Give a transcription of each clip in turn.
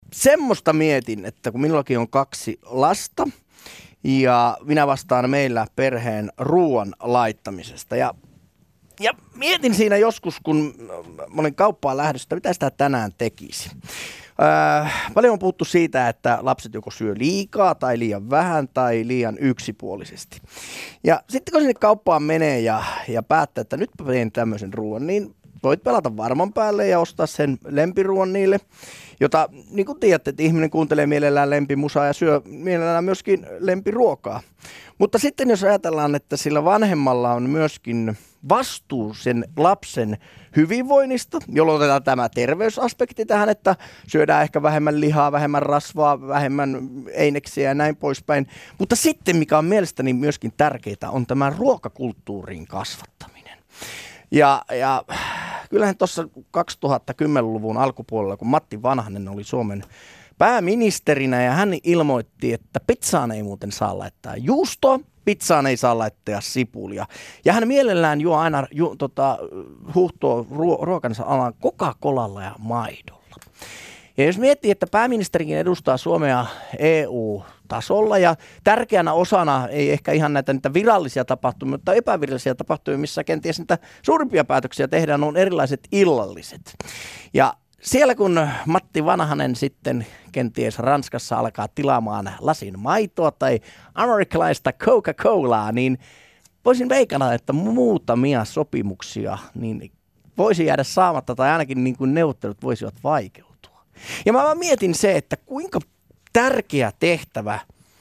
semmoista mietin, että kun minullakin on 2 lasta ja minä vastaan meillä perheen ruoan laittamisesta ja mietin siinä joskus, kun mä olin kauppaan lähdössä, että mitä sitä tänään tekisi. Paljon on puhuttu siitä, että lapset joko syö liikaa tai liian vähän tai liian yksipuolisesti. Ja sitten kun sinne kauppaan menee ja päättää, että nyt teen tämmöisen ruoan, niin voit pelata varman päälle ja ostaa sen lempiruoan niille, jota niin kuin tiedätte, että ihminen kuuntelee mielellään lempimusaa ja syö mielellään myöskin lempiruokaa. Mutta sitten jos ajatellaan, että sillä vanhemmalla on myöskin vastuu sen lapsen hyvinvoinnista, jolloin otetaan tämä terveysaspekti tähän, että syödään ehkä vähemmän lihaa, vähemmän rasvaa, vähemmän eineksiä ja näin poispäin. Mutta sitten, mikä on mielestäni myöskin tärkeää, on tämä ruokakulttuurin kasvattaminen. Ja kyllähän tuossa 2010-luvun alkupuolella, kun Matti Vanhanen oli Suomen pääministerinä ja hän ilmoitti, että pizzaan ei muuten saa laittaa juustoa, pizzaan ei saa laittaa sipulia. Ja hän mielellään juo aina huuhtoo ruokansa alan Coca-Colalla ja maidolla. Ja jos miettii, että pääministerikin edustaa Suomea EU-tasolla ja tärkeänä osana, ei ehkä ihan näitä virallisia tapahtumia, mutta epävirallisia tapahtumia, missä kenties niitä suurimpia päätöksiä tehdään, on erilaiset illalliset. Ja siellä kun Matti Vanhanen sitten kenties Ranskassa alkaa tilaamaan lasin maitoa tai amerikkalaista Coca-Colaa, niin voisin veikata, että muutamia sopimuksia niin voisi jäädä saamatta tai ainakin niin kuin neuvottelut voisivat vaikeutua. Ja mä mietin se, että kuinka tärkeä tehtävä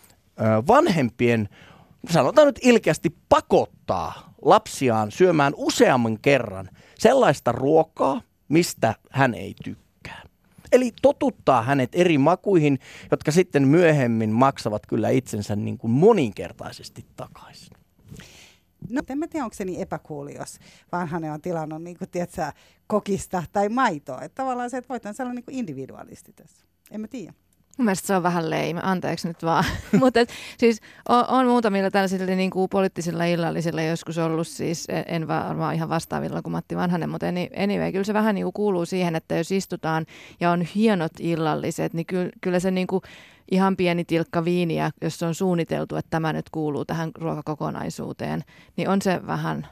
vanhempien, sanotaan nyt ilkeästi, pakottaa lapsiaan syömään useamman kerran sellaista ruokaa, mistä hän ei tykkää. Eli totuttaa hänet eri makuihin, jotka sitten myöhemmin maksavat kyllä itsensä niin kuin moninkertaisesti takaisin. No, en mä tiedä, onko se niin epäkuuli, jos Vanhanen on tilannut niin kuin, tiedätkö, kokista tai maitoa. Että tavallaan se, että voit olla niin kuin individualisti tässä. En mä tiedä. Mun mielestä se on vähän leime, anteeksi nyt vaan. Mutta siis on muutamilla tällaisilla niin kuin poliittisilla illallisilla joskus ollut, siis en varmaan ihan vastaavilla kuin Matti Vanhanen, mutta anyway, kyllä se vähän niin kuin kuuluu siihen, että jos istutaan ja on hienot illalliset, niin kyllä se niin kuin ihan pieni tilkka viiniä, jos se on suunniteltu, että tämä nyt kuuluu tähän ruokakokonaisuuteen, niin on se vähän,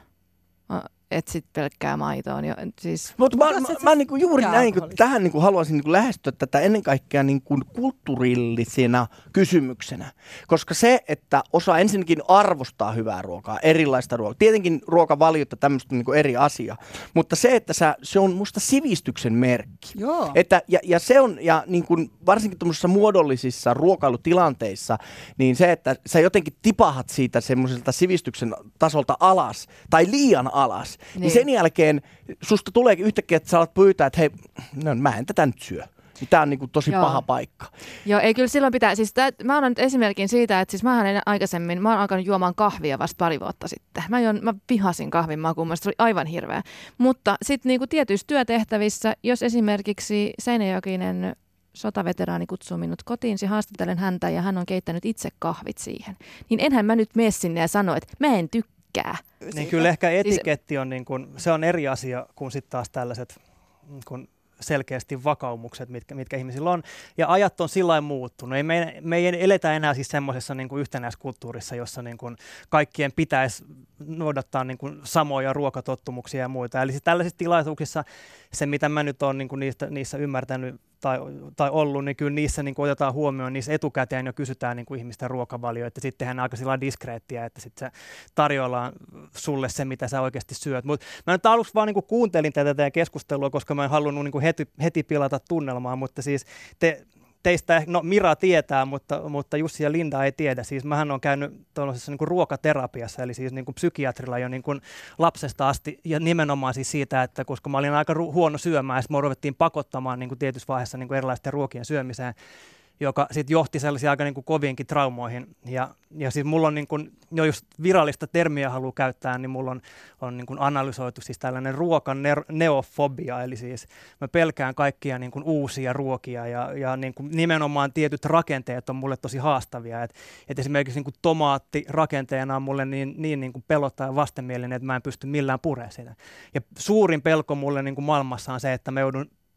et sit pelkkää maitoon. Siis. Mutta mä niinku juuri näin, kun tähän niinku haluaisin niinku lähestyä tätä ennen kaikkea niinku kulttuurillisena kysymyksenä. Koska se, että osaa ensinnäkin arvostaa hyvää ruokaa, erilaista ruokaa. Tietenkin ruokavaliota tämmöistä niinku eri asia. Mutta se, että se on musta sivistyksen merkki. Joo. Että, ja se on, ja niinku varsinkin tuommoisissa muodollisissa ruokailutilanteissa, niin se, että sä jotenkin tipahat siitä semmoiselta sivistyksen tasolta alas tai liian alas. Niin sen jälkeen susta tuleekin yhtäkkiä, että sä alat pyytää, että hei, no, mä en tätä nyt syö. Tämä on niinku tosi paha paikka. Joo, ei kyllä silloin pitää. Siis mä annan nyt esimerkin siitä, että siis mä oon alkanut juomaan kahvia vasta pari vuotta sitten. Mä pihasin kahvin makuun, se oli aivan hirveä. Mutta sitten niinku tietyissä työtehtävissä, jos esimerkiksi Seinäjokinen sotaveteraani kutsuu minut kotiin, haastattelen häntä ja hän on keittänyt itse kahvit siihen, niin enhän mä nyt mene sinne ja sano, että mä en tykkää. Niin kyllä ehkä etiketti on, niin kuin, se on eri asia kuin sitten taas tällaiset niin kuin selkeästi vakaumukset, mitkä ihmisillä on. Ja ajat on sillä lailla muuttunut. Me ei eletä enää siis semmoisessa niin kuin yhtenäiskulttuurissa, jossa niin kuin kaikkien pitäisi noudattaa niin kuin samoja ruokatottumuksia ja muita. Eli siis tällaisissa tilaisuuksissa se, mitä mä nyt olen niin kuin niissä ymmärtänyt tai ollut, niin kyllä niissä niin kuin otetaan huomioon, niissä etukäteen jo kysytään niin kuin ihmisten ruokavalio, että sitten tehdään aika sillä diskreettiä, että sitten se tarjoillaan sulle se, mitä sä oikeasti syöt. Mutta mä nyt aluksi vaan niin kuin kuuntelin tätä teidän keskustelua, koska mä en halunnut niin kuin heti pilata tunnelmaa, mutta siis teistä, no Mira tietää, mutta Jussi ja Linda ei tiedä. Siis mähän olen käynyt tuollaisessa niin kuin ruokaterapiassa, eli siis niin kuin psykiatrilla jo niin kuin lapsesta asti, ja nimenomaan siis siitä, että koska mä olin aika huono syömään, ja sitten ruvettiin pakottamaan niin kuin tietyssä vaiheessa niin kuin erilaisten ruokien syömiseen, joka sitten johti sellaisiin aika niin kuin koviinkin traumoihin. Ja siis mulla on, niin kuin, jos virallista termiä haluaa käyttää, niin mulla on niin kuin analysoitu siis tällainen ruokan neofobia, eli siis mä pelkään kaikkia niin kuin uusia ruokia ja niin kuin nimenomaan tietyt rakenteet on mulle tosi haastavia. Et esimerkiksi niin kuin tomaatti rakenteena on mulle niin kuin pelottaa ja vastenmielinen, että mä en pysty millään puremaan sitä. Ja suurin pelko mulle niin kuin maailmassa on se, että mä joudun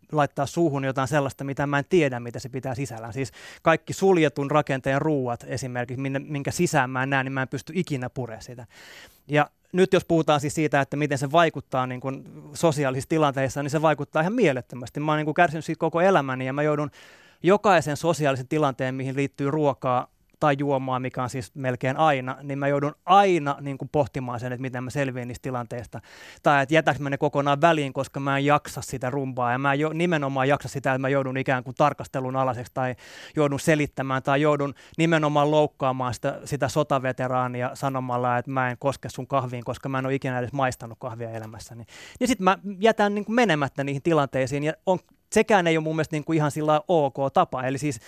laittaa suuhun jotain sellaista, mitä mä en tiedä, mitä se pitää sisällään. Siis kaikki suljetun rakenteen ruuat esimerkiksi, minkä sisään mä en näe, niin mä en pysty ikinä puremaan sitä. Ja nyt jos puhutaan siis siitä, että miten se vaikuttaa niin kuin sosiaalisissa tilanteissa, niin se vaikuttaa ihan mielettömästi. Mä oon niin kuin kärsinyt siitä koko elämäni ja mä joudun jokaisen sosiaalisen tilanteen, mihin liittyy ruokaa tai juomaa, mikä on siis melkein aina, niin mä joudun aina niin kuin pohtimaan sen, että miten mä selviän niistä tilanteista. Tai että jätäks mä ne kokonaan väliin, koska mä en jaksa sitä rumpaa. Ja mä en nimenomaan jaksa sitä, että mä joudun ikään kuin tarkastelun alaiseksi tai joudun selittämään tai joudun nimenomaan loukkaamaan sitä sotaveteraania sanomalla, että mä en koske sun kahviin, koska mä en ole ikinä edes maistanut kahvia elämässäni. Ja sitten mä jätän niin kuin menemättä niihin tilanteisiin ja sekään ei ole mun mielestä niin kuin ihan sillä ok tapa. Eli siis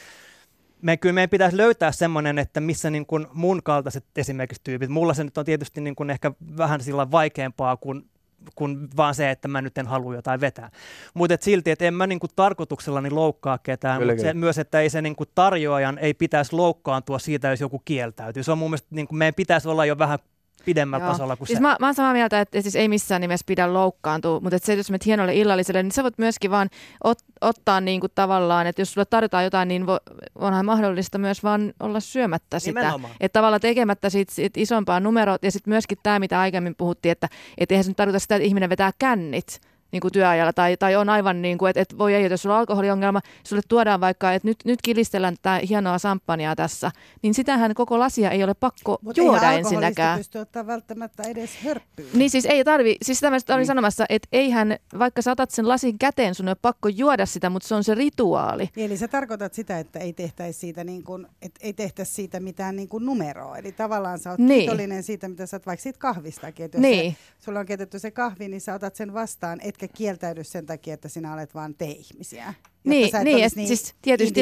kyllä meidän pitäisi löytää semmoinen, että missä niin kuin mun kaltaiset esimerkiksi tyypit, mulla se nyt on tietysti niin kuin ehkä vähän sillä vaikeampaa kuin vaan se, että mä nyt en halua jotain vetää. Mutta silti, että en mä niin kuin tarkoituksellani loukkaa ketään, mutta myös, että ei se niin kuin tarjoajan ei pitäisi loukkaantua siitä, jos joku kieltäytyy. Se on mun mielestä, niin kuin meidän pitäisi olla jo vähän pidemmällä tasolla kuin siis se. Mä oon samaa mieltä, että siis ei missään nimessä pidä loukkaantua, mutta se, jos menet hienolle illalliselle, niin sä voit myöskin vaan ottaa niin kuin tavallaan, että jos sulle tarjotaan jotain, niin onhan mahdollista myös vaan olla syömättä sitä. Nimenomaan. Että tavallaan tekemättä siitä isompaa numeroa ja sitten myöskin tämä, mitä aiemmin puhuttiin, että eihän se nyt tarkoita sitä, että ihminen vetää kännit niin kuin työajalla tai on aivan niin kuin, että voi ei, jos sulla on alkoholiongelma, sulle tuodaan vaikka, että nyt kilistellään tätä hienoa samppania tässä, niin sitähän koko lasia ei ole pakko juoda ensinnäkään. Mutta ei ottaa välttämättä edes hörppyä. Niin siis ei tarvi, siis sitä mä olin sanomassa, että eihän, vaikka sä otat sen lasin käteen, sun ei ole pakko juoda sitä, mutta se on se rituaali. Eli sä tarkoitat sitä, että ei tehtäisi siitä, niin kuin, että ei tehtäisi siitä mitään niin kuin numeroa. Eli tavallaan sä oot kiitollinen siitä, mitä sä oot vaikka siitä kahvistakin. Että jos sulla on keitetty se kahvi, niin sä otat sen vastaan, etkä kieltäydy sen takia, että sinä olet vaan te-ihmisiä. Niin, että siis tietyissä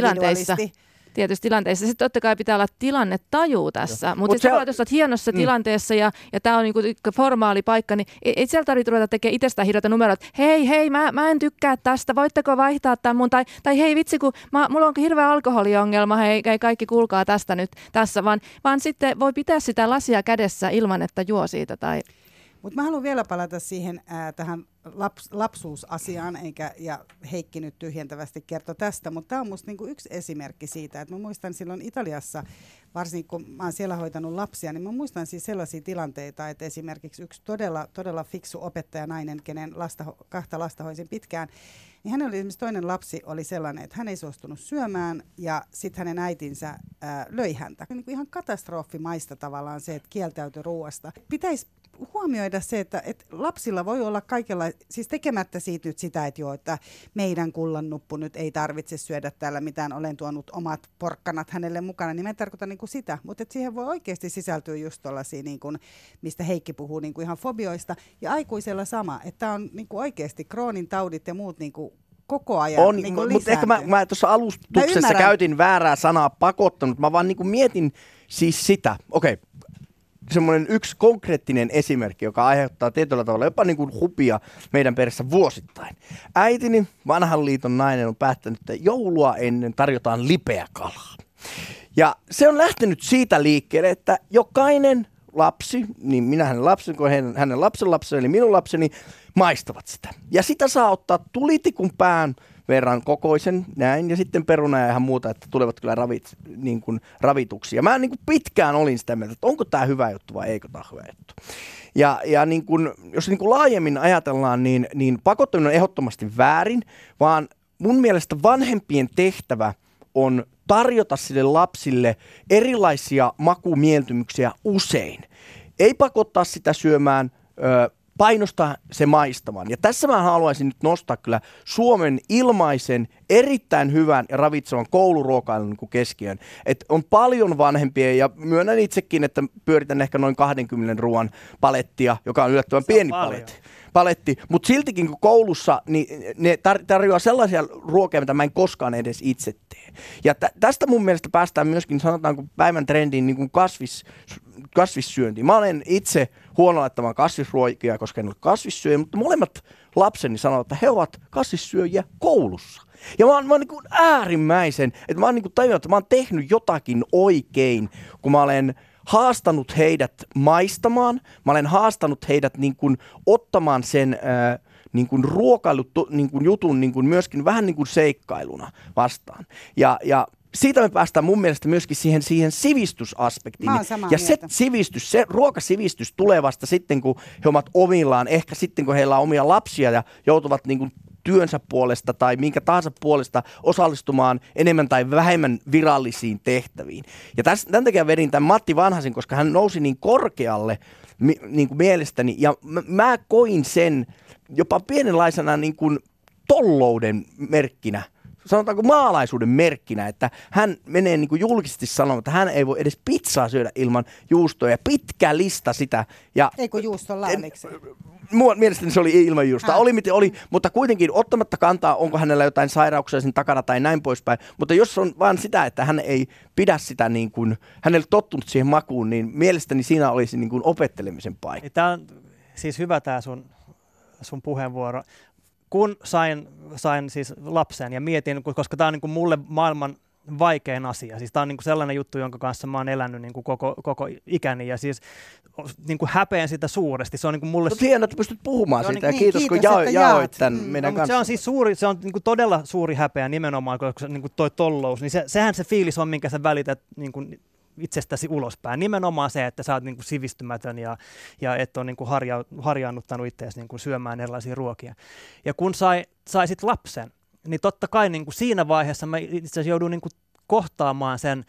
tilanteissa. Sitten totta kai pitää olla tilannetaju tässä, mutta sitten jos olet hienossa tilanteessa ja tämä on niinku formaali paikka, niin ei siellä tarvitse ruveta tekemään itsestään hirveätä numeroita, että hei, mä en tykkää tästä, voitteko vaihtaa tämän mun, tai hei vitsi, kun mulla on hirveä alkoholiongelma, hei kaikki kuulkaa tästä nyt tässä, vaan sitten voi pitää sitä lasia kädessä ilman, että juo siitä tai... Mutta mä haluan vielä palata siihen tähän lapsuusasiaan, ja Heikki nyt tyhjentävästi kertoi tästä, mutta tämä on musta niinku yksi esimerkki siitä, että mä muistan silloin Italiassa, varsinkin kun mä oon siellä hoitanut lapsia, niin mä muistan siis sellaisia tilanteita, että esimerkiksi yksi todella fiksu opettajanainen, kenen kahta lasta hoisin pitkään, niin hänellä oli esimerkiksi toinen lapsi oli sellainen, että hän ei suostunut syömään ja sitten hänen äitinsä löi häntä. Niin kuin ihan katastrofimaista tavallaan se, että kieltäytyi ruoasta. Pitäisi huomioida se, että lapsilla voi olla kaikella, siis tekemättä siitä nyt sitä, että meidän kullannuppu nyt ei tarvitse syödä täällä mitään, olen tuonut omat porkkanat hänelle mukana, niin mä en tarkoita niin kuin sitä, mutta että siihen voi oikeasti sisältyä just tuollaisia, niin kuin, mistä Heikki puhuu niin kuin ihan fobioista, ja aikuisella sama, että on niin kuin oikeasti Crohnin taudit ja muut niin kuin koko ajan on, niin mutta ehkä mä tuossa alustuksessa käytin väärää sanaa pakottanut, mä vaan niin kuin mietin siis sitä, semmoinen yksi konkreettinen esimerkki, joka aiheuttaa tietyllä tavalla jopa niin kuin hupia meidän perheessä vuosittain. Äitini, vanhan liiton nainen, on päättänyt, että joulua ennen tarjotaan lipeä kalaa. Ja se on lähtenyt siitä liikkeelle, että jokainen lapsi, niin minä hänen lapseni, kuin hänen lapsenlapseni, eli minun lapseni, maistavat sitä. Ja sitä saa ottaa tulitikun pään verran kokoisen näin, ja sitten peruna ja ihan muuta, että tulevat kyllä ravituksi. Ja mä niin kuin pitkään olin sitä mieltä, että onko tämä hyvä juttu vai eikö tämä hyvä juttu. Ja niin kuin, jos niin kuin laajemmin ajatellaan, niin pakottaminen on ehdottomasti väärin, vaan mun mielestä vanhempien tehtävä on tarjota sille lapsille erilaisia makumieltymyksiä usein. Ei pakottaa sitä syömään, painostaa se maistamaan. Ja tässä mä haluaisin nyt nostaa kyllä Suomen ilmaisen, erittäin hyvän ja ravitsevan kouluruokailun keskiöön. Et on paljon vanhempia, ja myönnän itsekin, että pyöritän ehkä noin 20 ruoan palettia, joka on yllättävän pieni paletti. Mutta siltikin kun koulussa, niin ne tarjoaa sellaisia ruokia, mitä mä en koskaan edes itse tee. Ja tästä mun mielestä päästään myöskin, sanotaanko päivän trendiin, niin kuin kasvissyöntiin. Mä olen itse huono laittamaan kasvisruokia, koska en ole kasvissyöjä, mutta molemmat lapseni sanovat, että he ovat kasvissyöjiä koulussa. Ja mä oon niin kuin äärimmäisen, että mä oon niin kuin tajunnut, että mä oon tehnyt jotakin oikein, kun mä olen haastanut heidät maistamaan, mä olen haastanut heidät niin kuin ottamaan sen niin kuin niin kuin jutun niin kuin myöskin vähän niin kuin seikkailuna vastaan. Ja siitä me päästään mun mielestä myöskin siihen sivistysaspektiin. Ja se ruokasivistys tulee vasta sitten, kun he ovat omillaan, ehkä sitten, kun heillä on omia lapsia ja joutuvat niin kuin työnsä puolesta tai minkä tahansa puolesta osallistumaan enemmän tai vähemmän virallisiin tehtäviin. Ja tämän takia vedin tämän Matti Vanhasen, koska hän nousi niin korkealle niin kuin mielestäni, ja mä koin sen jopa pienenlaisena niin kuin tollouden merkkinä, sanotaanko maalaisuuden merkkinä, että hän menee niin kuin julkisesti sanomaan, että hän ei voi edes pizzaa syödä ilman juustoa, ja pitkä lista sitä. Eikö juustolla olikseen? Mielestäni se oli ilman juustoa. Oli miten oli, mutta kuitenkin ottamatta kantaa, onko hänellä jotain sairauksia sen takana tai näin poispäin. Mutta jos on vain sitä, että hän ei pidä sitä niin kuin, hän ei ole tottunut siihen makuun, niin mielestäni siinä olisi niin kuin opettelemisen paikka. Tämä on siis hyvä tämä sun puheenvuoro. Kun sain siis lapsen ja mietin, koska tämä on niin kuin mulle maailman vaikein asia. Siis tämä on niin kuin sellainen juttu, jonka kanssa mä oon elänyt niin kuin koko ikäni ja siis niin kuin häpeän sitä suuresti. Se on niin kuin mulle... Hienoa, että pystyt puhumaan siitä ja kiitos kun jaoit tämän meidän kanssa. Se on siis se on niin kuin todella suuri häpeä nimenomaan, koska niin kuin toi tollous, niin sehän se fiilis on, minkä sä välität niin kuin itsestäsi ulospäin. Nimenomaan se, että sä oot niin kuin sivistymätön ja et ole niin kuin harjaannuttanut itseäsi niin kuin syömään erilaisia ruokia. Ja kun sai sit lapsen, niin totta kai niin kuin siinä vaiheessa mä itse asiassa joudun niin kuin kohtaamaan sen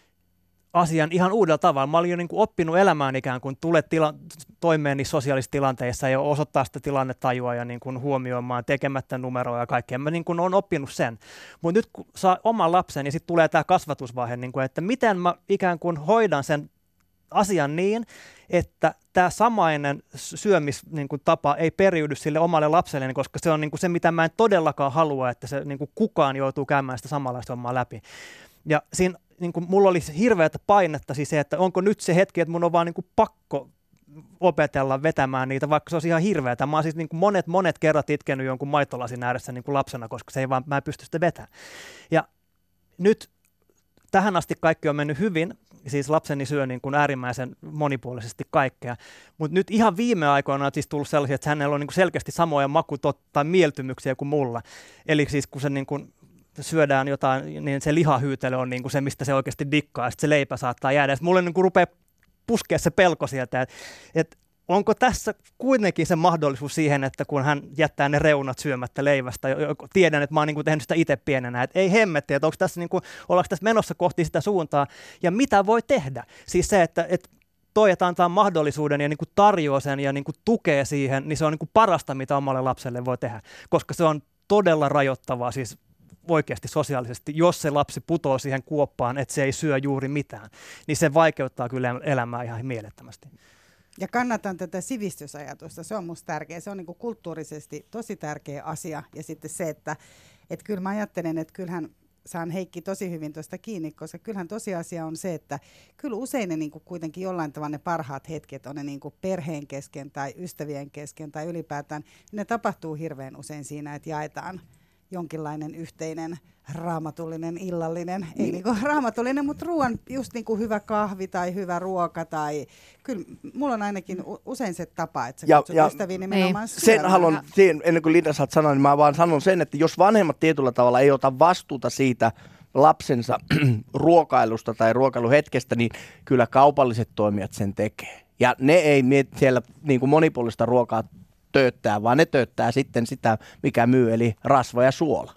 asian ihan uudella tavalla. Mä olin jo niin kuin oppinut elämään ikään kuin tulet toimeen niissä sosiaalisissa tilanteissa ja osoittaa sitä tilannetajua ja niin kuin huomioimaan tekemättä numeroja ja kaikkea. Mä niin kuin olen oppinut sen. Mutta nyt kun saa oman lapsen ja sitten tulee tämä kasvatusvaihe, niin kuin, että miten mä ikään kuin hoidan sen asian niin, että tämä samainen syömistapa ei periydy sille omalle lapselle, koska se on niin kuin se, mitä mä en todellakaan halua, että se niin kuin kukaan joutuu käymään sitä samanlaista hommaa läpi. Ja siinä niin kuin mulla oli hirveätä painetta siis se, että onko nyt se hetki, että mun on vaan niin kuin pakko opetella vetämään niitä, vaikka se olisi ihan hirveätä. Mä oon siis niin kuin monet kerrat itkenyt jonkun maitolasin ääressä niin kuin lapsena, koska se ei vaan, mä en pysty sitä vetämään. Ja nyt tähän asti kaikki on mennyt hyvin, siis lapseni syö niin kuin äärimmäisen monipuolisesti kaikkea, mutta nyt ihan viime aikoina on siis tullut sellaisia, että hänellä on niin kuin selkeästi samoja tai mieltymyksiä kuin mulla. Eli siis kun se niin kuin syödään jotain, niin se lihahyytelö on niin kuin se, mistä se oikeasti dikkaa, ja sitten se leipä saattaa jäädä. Sitten mulle niin kuin rupeaa puskea se pelko sieltä, että onko tässä kuitenkin se mahdollisuus siihen, että kun hän jättää ne reunat syömättä leivästä, tiedän, että mä oon niin kuin tehnyt sitä itse pienenä, että ei hemmetti, että onko tässä niin kuin, ollaanko tässä menossa kohti sitä suuntaa, ja mitä voi tehdä? Siis se, että toi, että antaa mahdollisuuden ja niin kuin tarjoaa sen ja niin kuin tukee siihen, niin se on niin kuin parasta, mitä omalle lapselle voi tehdä, koska se on todella rajoittavaa, siis oikeasti sosiaalisesti, jos se lapsi putoo siihen kuoppaan, että se ei syö juuri mitään, niin se vaikeuttaa kyllä elämää ihan mielettömästi. Ja kannatan tätä sivistysajatusta, se on musta tärkeä, se on niin kuin kulttuurisesti tosi tärkeä asia. Ja sitten se, että kyllä mä ajattelen, että kyllähän saan Heikki tosi hyvin tuosta kiinni, koska kyllähän tosiasia on se, että kyllä usein ne niin kuin kuitenkin jollain tavalla ne parhaat hetket on ne niin kuin perheen kesken tai ystävien kesken tai ylipäätään, ne tapahtuu hirveän usein siinä, että jaetaan jonkinlainen yhteinen raamatullinen illallinen, ei niinku raamatullinen, mutta ruoan just niinku hyvä kahvi tai hyvä ruoka tai kyllä mulla on ainakin usein se tapa, että sä kutsut ystäviä nimenomaan sen haluan, ennen kuin Linda saat sanoa, niin mä vaan sanon sen, että jos vanhemmat tietyllä tavalla ei ota vastuuta siitä lapsensa ruokailusta tai ruokailuhetkestä, niin kyllä kaupalliset toimijat sen tekee. Ja ne ei siellä niin kuin monipuolista ruokaa tööttää, vaan ne tööttää sitten sitä, mikä myy, eli rasva ja suola.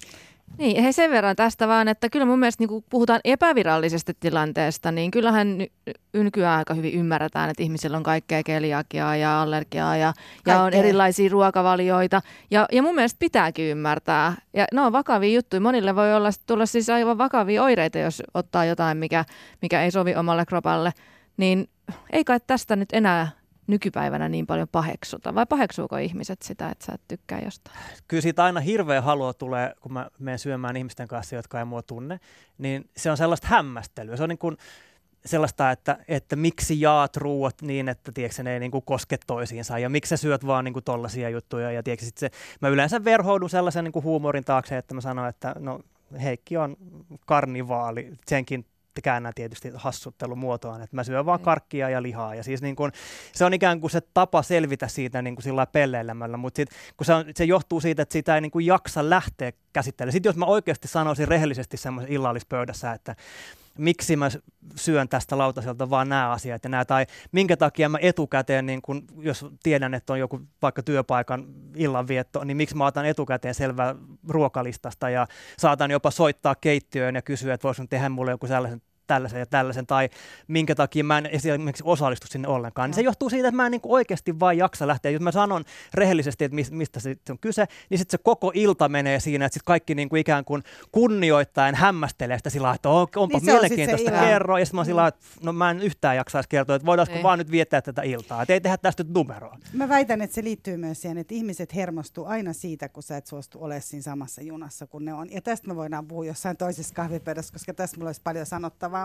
Niin, hei sen verran tästä vaan, että kyllä mun mielestä niin kun puhutaan epävirallisesta tilanteesta, niin kyllähän nykyään aika hyvin ymmärretään, että ihmisillä on kaikkea keliakiaa ja allergiaa ja on erilaisia ruokavalioita. Ja mun mielestä pitääkin ymmärtää. Ja ne on vakavia juttuja. Monille voi tulla siis aivan vakavia oireita, jos ottaa jotain, mikä ei sovi omalle kropalle. Niin ei kai tästä nyt enää nykypäivänä niin paljon paheksuta? Vai paheksuuko ihmiset sitä, että sä et tykkää jostain? Kyllä siitä aina hirveä halua tulee, kun mä menen syömään ihmisten kanssa, jotka ei mua tunne, niin se on sellaista hämmästelyä. Se on niin kuin sellaista, että miksi jaat ruuat niin, että tiedätkö, ne ei niin kuin koske toisiinsa ja miksi sä syöt vaan niin kuin tollaisia juttuja. Ja tiedätkö, mä yleensä verhoudun sellaisen niin kuin huumorin taakse, että mä sanon, että no Heikki on karnivaali senkin käännän tietysti hassuttelumuotoon, että mä syön vaan karkkia ja lihaa. Ja siis niin kun, se on ikään kuin se tapa selvitä siitä niin kuin sillä pelleilemällä, mutta kun se johtuu siitä, että sitä ei niin kuin jaksa lähteä käsittelemään. Sitten jos mä oikeasti sanoisin rehellisesti semmoisessa illallispöydässä, että miksi mä syön tästä lautaselta vaan nämä asiat ja nämä, tai minkä takia mä etukäteen, niin kun, jos tiedän, että on joku vaikka työpaikan illanvietto, niin miksi mä otan etukäteen selvää ruokalistasta ja saatan jopa soittaa keittiöön ja kysyä, että voisin tehdä mulle joku tällaisen ja tällaisen, tai minkä takia mä en esimerkiksi osallistu sinne ollenkaan, niin se johtuu siitä, että mä en niin kuin oikeasti vaan jaksa lähteä. Jos mä sanon rehellisesti, että mistä se on kyse, niin sitten se koko ilta menee siinä, että sitten kaikki niin kuin ikään kuin kunnioittaen hämmästelee sitä sillä että onpa niin mielenkiintoista kerroa, ja sitten mä oon sillä että no mä en yhtään jaksaisi kertoa, että voidaanko vaan nyt viettää tätä iltaa, että ei tehdä tästä nyt numeroa. Mä väitän, että se liittyy myös siihen, että ihmiset hermostuu aina siitä, kun sä et suostu olemaan siinä samassa junassa kuin ne on. Ja tästä me voidaan puhua jossain toisessa kahvipöydässä, koska tässä mulla olisi paljon sanottavaa.